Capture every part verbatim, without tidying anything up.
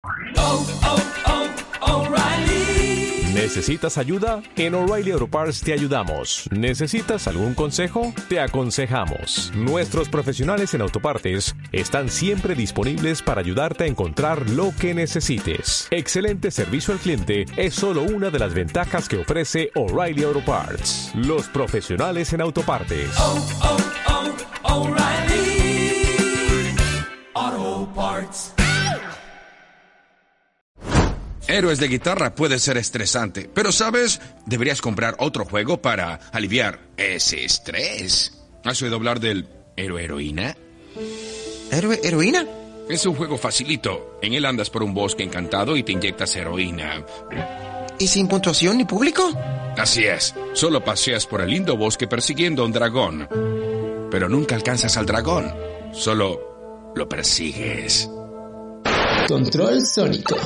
Oh, oh, oh, O'Reilly. ¿Necesitas ayuda? En O'Reilly Auto Parts te ayudamos. ¿Necesitas algún consejo? Te aconsejamos. Nuestros profesionales en autopartes están siempre disponibles para ayudarte a encontrar lo que necesites. Excelente servicio al cliente es solo una de las ventajas que ofrece O'Reilly Auto Parts. Los profesionales en autopartes. Oh, oh, oh, O'Reilly Auto Parts. Héroes de guitarra puede ser estresante, pero ¿sabes? Deberías comprar otro juego para aliviar ese estrés. ¿Has oído hablar del héroe heroína? ¿Héroe heroína? Es un juego facilito. En él andas por un bosque encantado y te inyectas heroína. ¿Y sin puntuación ni público? Así es. Solo paseas por el lindo bosque persiguiendo a un dragón. Pero nunca alcanzas al dragón. Solo lo persigues. Control Sónico.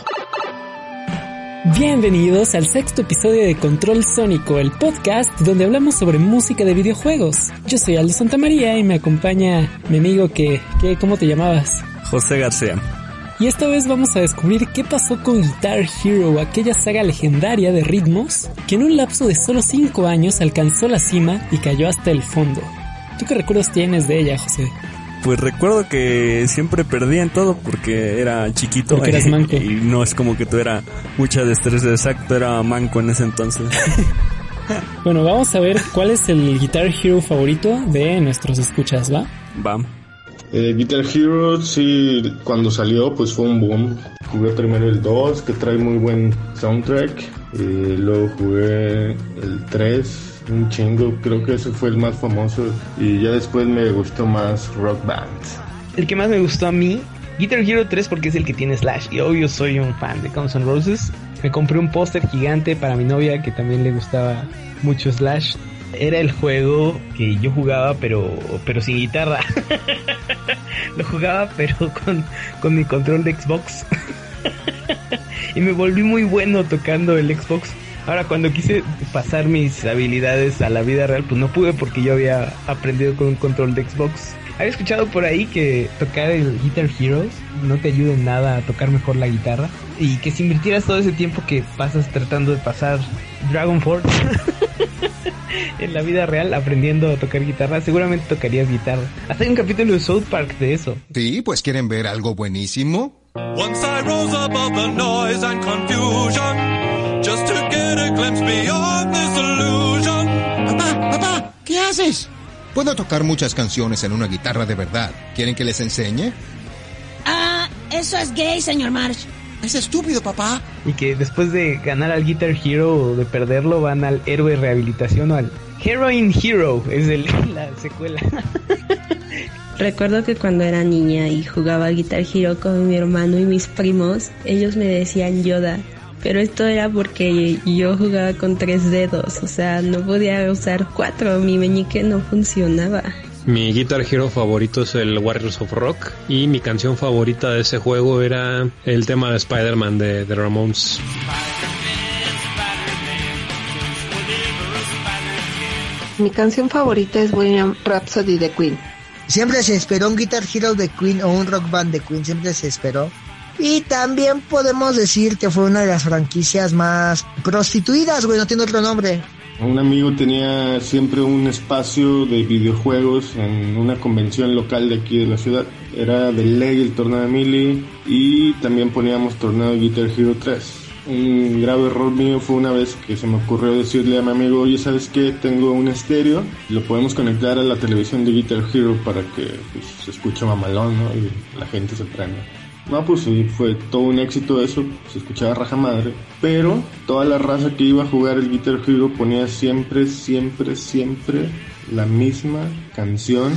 Bienvenidos al sexto episodio de Control Sónico, el podcast donde hablamos sobre música de videojuegos. Yo soy Aldo Santamaría y me acompaña mi amigo que, que ¿cómo te llamabas? José García. Y esta vez vamos a descubrir qué pasó con Guitar Hero, aquella saga legendaria de ritmos que en un lapso de solo cinco años alcanzó la cima y cayó hasta el fondo. ¿Tú qué recuerdos tienes de ella, José? Pues recuerdo que siempre perdía en todo porque era chiquito. Porque eras manco. Y no es como que tuviera mucha destreza, exacto, era manco en ese entonces. Bueno, vamos a ver cuál es el Guitar Hero favorito de nuestros escuchas, ¿va? Va. Eh, Guitar Hero, sí, cuando salió, pues fue un boom. Jugué primero el dos, que trae muy buen soundtrack. Eh, luego jugué el tres. Un chingo, creo que ese fue el más famoso. Y ya después me gustó más Rock Band. El que más me gustó a mí, Guitar Hero tres, porque es el que tiene Slash. Y obvio soy un fan de Guns N' Roses. Me compré un póster gigante para mi novia que también le gustaba mucho Slash. Era el juego que yo jugaba pero pero sin guitarra. Lo jugaba pero con, con mi control de Xbox. Y me volví muy bueno tocando el Xbox. Ahora, cuando quise pasar mis habilidades a la vida real, pues no pude porque yo había aprendido con un control de Xbox. Había escuchado por ahí que tocar el Guitar Hero no te ayuda en nada a tocar mejor la guitarra. Y que si invirtieras todo ese tiempo que pasas tratando de pasar Dragon Force en la vida real aprendiendo a tocar guitarra, seguramente tocarías guitarra. Hasta hay un capítulo de South Park de eso. Sí, pues ¿quieren ver algo buenísimo? Once I rose above the noise and confusion, just to get a glimpse beyond this illusion. Papá, papá, ¿qué haces? Puedo tocar muchas canciones en una guitarra de verdad. ¿Quieren que les enseñe? Ah, eso es gay, señor Marsh. Es estúpido, papá. Y que después de ganar al Guitar Hero o de perderlo van al héroe rehabilitación o al Heroin Hero, es el, la secuela. Recuerdo que cuando era niña y jugaba Guitar Hero con mi hermano y mis primos, ellos me decían Yoda. Pero esto era porque yo jugaba con tres dedos, o sea, no podía usar cuatro, mi meñique no funcionaba. Mi Guitar Hero favorito es el Warriors of Rock y mi canción favorita de ese juego era el tema de Spider-Man de, de Ramones. Mi canción favorita es Bohemian Rhapsody de Queen. Siempre se esperó un Guitar Hero de Queen o un Rock Band de Queen, siempre se esperó. Y también podemos decir que fue una de las franquicias más prostituidas, güey, no tiene otro nombre. Un amigo tenía siempre un espacio de videojuegos en una convención local de aquí de la ciudad. Era de ley el torneo de Mili y también poníamos torneo de Guitar Hero tres. Un grave error mío fue una vez que se me ocurrió decirle a mi amigo, oye, ¿sabes qué? Tengo un estéreo, lo podemos conectar a la televisión de Guitar Hero para que pues, se escuche mamalón, ¿no? Y la gente se prenda. No, pues sí, fue todo un éxito eso, se escuchaba raja madre, pero toda la raza que iba a jugar el Guitar Hero ponía siempre, siempre, siempre la misma canción.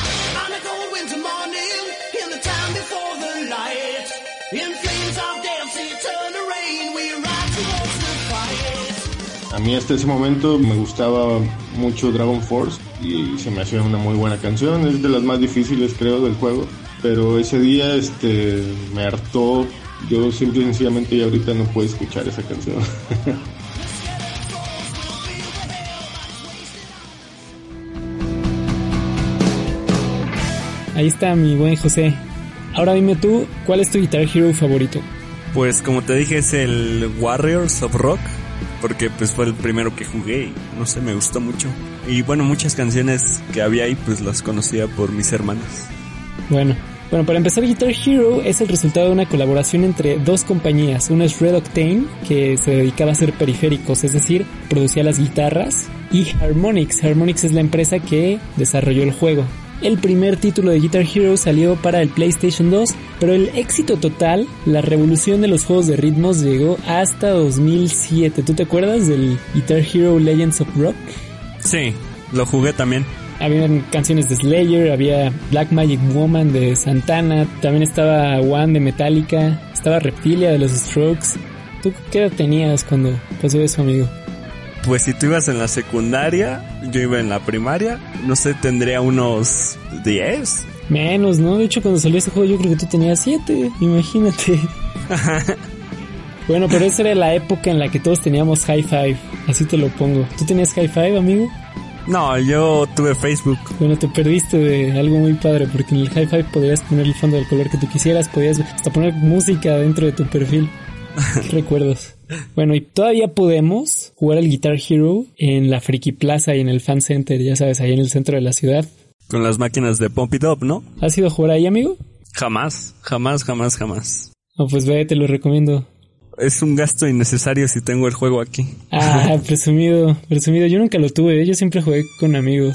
A mí hasta ese momento me gustaba mucho Dragon Force y se me hacía una muy buena canción, es de las más difíciles creo del juego. Pero ese día este me hartó, yo simple y sencillamente ya ahorita no puedo escuchar esa canción. Ahí está mi buen José. Ahora dime tú, ¿cuál es tu Guitar Hero favorito? Pues como te dije, es el Warriors of Rock, porque pues fue el primero que jugué y no sé, me gustó mucho. Y bueno, muchas canciones que había ahí pues las conocía por mis hermanos. Bueno, bueno, para empezar, Guitar Hero es el resultado de una colaboración entre dos compañías. Una es Red Octane, que se dedicaba a hacer periféricos, es decir, producía las guitarras, y Harmonix. Harmonix es la empresa que desarrolló el juego. El primer título de Guitar Hero salió para el PlayStation dos, pero el éxito total, la revolución de los juegos de ritmos, llegó hasta dos mil siete. ¿Tú te acuerdas del Guitar Hero Legends of Rock? Sí, lo jugué también. Habían canciones de Slayer, había Black Magic Woman de Santana, también estaba One de Metallica, estaba Reptilia de los Strokes. ¿Tú qué edad tenías cuando pasó eso, amigo? Pues si tú ibas en la secundaria, yo iba en la primaria, no sé, tendría unos diez. Menos, ¿no? De hecho, cuando salió ese juego yo creo que tú tenías siete, imagínate. Bueno, pero esa era la época en la que todos teníamos High Five, así te lo pongo. ¿Tú tenías High Five, amigo? No, yo tuve Facebook. Bueno, te perdiste de algo muy padre, porque en el High Five podías poner el fondo del color que tú quisieras, podías hasta poner música dentro de tu perfil. ¿Qué recuerdos? Bueno, y todavía podemos jugar al Guitar Hero en la Friki Plaza y en el Fan Center, ya sabes, ahí en el centro de la ciudad. Con las máquinas de Pump It Up, ¿no? ¿Has ido a jugar ahí, amigo? Jamás, jamás, jamás, jamás. No, pues ve, te lo recomiendo. Es un gasto innecesario si tengo el juego aquí. Ah, presumido, presumido. Yo nunca lo tuve, yo siempre jugué con amigos.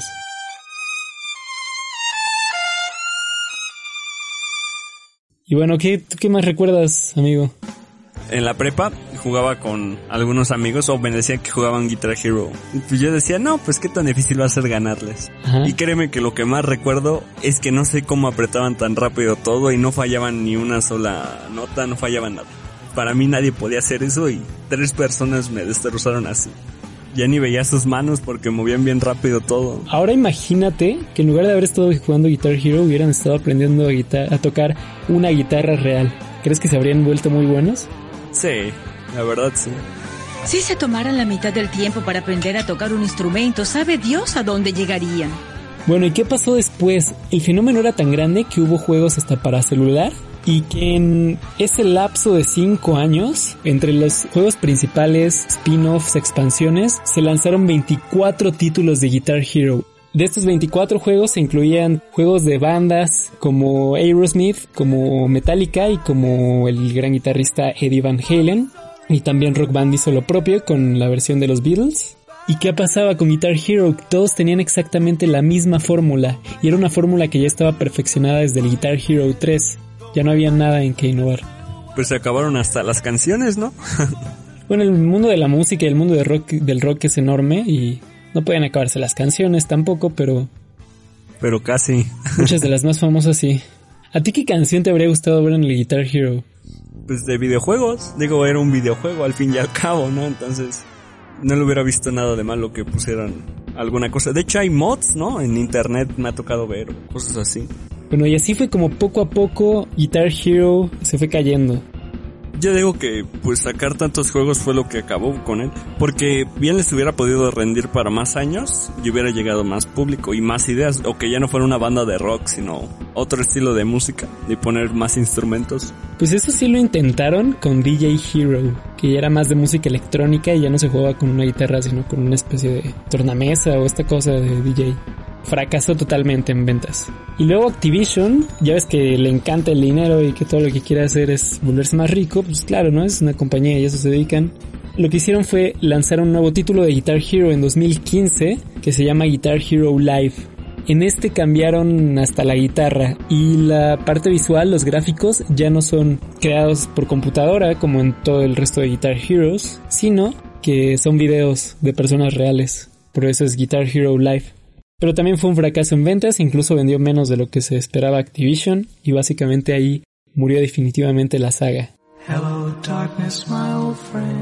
Y bueno, ¿qué, ¿tú qué más recuerdas, amigo? En la prepa jugaba con algunos amigos o me decían que jugaban Guitar Hero. Y pues yo decía, no, pues qué tan difícil va a ser ganarles. Ajá. Y créeme que lo que más recuerdo es que no sé cómo apretaban tan rápido todo y no fallaban ni una sola nota, no fallaban nada. Para mí nadie podía hacer eso y tres personas me destrozaron así. Ya ni veía sus manos porque movían bien rápido todo. Ahora imagínate que en lugar de haber estado jugando Guitar Hero hubieran estado aprendiendo a, guitar- a tocar una guitarra real. ¿Crees que se habrían vuelto muy buenos? Sí, la verdad sí. Si se tomaran la mitad del tiempo para aprender a tocar un instrumento, sabe Dios a dónde llegarían. Bueno, ¿y qué pasó después? El fenómeno era tan grande que hubo juegos hasta para celular y que en ese lapso de cinco años, entre los juegos principales, spin-offs, expansiones, se lanzaron veinticuatro títulos de Guitar Hero. De estos veinticuatro juegos se incluían juegos de bandas como Aerosmith, como Metallica y como el gran guitarrista Eddie Van Halen. Y también Rock Band hizo lo propio con la versión de los Beatles. ¿Y qué pasaba con Guitar Hero? Todos tenían exactamente la misma fórmula. Y era una fórmula que ya estaba perfeccionada desde el Guitar Hero tres. Ya no había nada en que innovar. Pues se acabaron hasta las canciones, ¿no? Bueno, el mundo de la música y el mundo de rock, del rock es enorme y no pueden acabarse las canciones tampoco, pero... Pero casi. Muchas de las más famosas sí. ¿A ti qué canción te habría gustado ver en el Guitar Hero? Pues de videojuegos. Digo, era un videojuego al fin y al cabo, ¿no? Entonces no le hubiera visto nada de malo que pusieran alguna cosa. De hecho hay mods, ¿no? En internet me ha tocado ver cosas así. Bueno, y así fue como poco a poco Guitar Hero se fue cayendo. Yo digo que pues sacar tantos juegos fue lo que acabó con él, porque bien les hubiera podido rendir para más años y hubiera llegado más público y más ideas, o que ya no fuera una banda de rock, sino otro estilo de música, de poner más instrumentos. Pues eso sí lo intentaron con D J Hero, que ya era más de música electrónica y ya no se jugaba con una guitarra, sino con una especie de tornamesa o esta cosa de D J. Fracasó totalmente en ventas. Y luego Activision, ya ves que le encanta el dinero y que todo lo que quiere hacer es volverse más rico, pues claro, ¿no? Es una compañía y a eso se dedican. Lo que hicieron fue lanzar un nuevo título de Guitar Hero en dos mil quince que se llama Guitar Hero Live. En este cambiaron hasta la guitarra y la parte visual, los gráficos, ya no son creados por computadora como en todo el resto de Guitar Heroes, sino que son videos de personas reales. Por eso es Guitar Hero Live. Pero también fue un fracaso en ventas, incluso vendió menos de lo que se esperaba Activision y básicamente ahí murió definitivamente la saga. Hello darkness, my old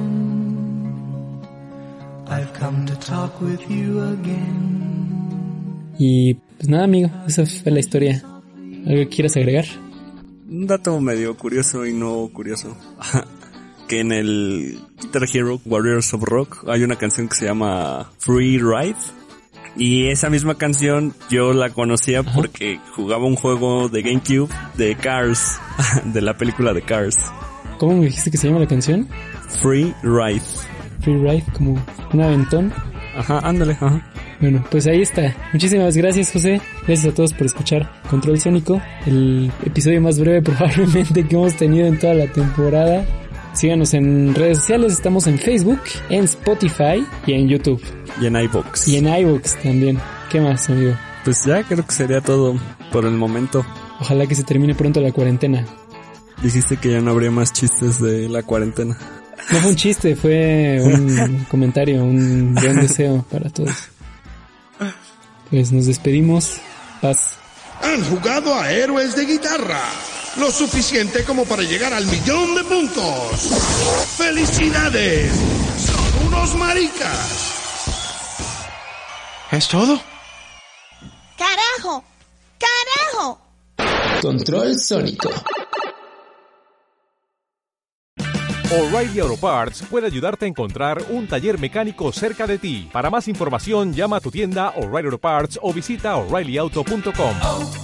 friend. I've come to talk with you again. Y pues nada, amigo, esa fue la historia. ¿Algo que quieras agregar? Un dato medio curioso y no curioso. Que en el Guitar Hero Warriors of Rock hay una canción que se llama Free Ride. Y esa misma canción yo la conocía Ajá. porque jugaba un juego de GameCube de Cars, de la película de Cars. ¿Cómo me dijiste que se llama la canción? Free Ride. Free Ride, como un aventón. Ajá, ándale, ajá. Bueno, pues ahí está. Muchísimas gracias, José. Gracias a todos por escuchar Control Sónico, el episodio más breve probablemente que hemos tenido en toda la temporada. Síganos en redes sociales, estamos en Facebook, en Spotify y en YouTube. Y en iVoox. Y en iVoox también. ¿Qué más, amigo? Pues ya creo que sería todo por el momento. Ojalá que se termine pronto la cuarentena. Dijiste que ya no habría más chistes de la cuarentena. No fue un chiste, fue un comentario, un buen deseo para todos. Pues nos despedimos. Paz. Han jugado a Héroes de Guitarra. Lo suficiente como para llegar al millón de puntos. ¡Felicidades! ¡Son unos maricas! ¿Es todo? ¡Carajo! ¡Carajo! Control Sónico. O'Reilly Auto Parts puede ayudarte a encontrar un taller mecánico cerca de ti. Para más información, llama a tu tienda O'Reilly Auto Parts o visita O'Reilly Auto punto com.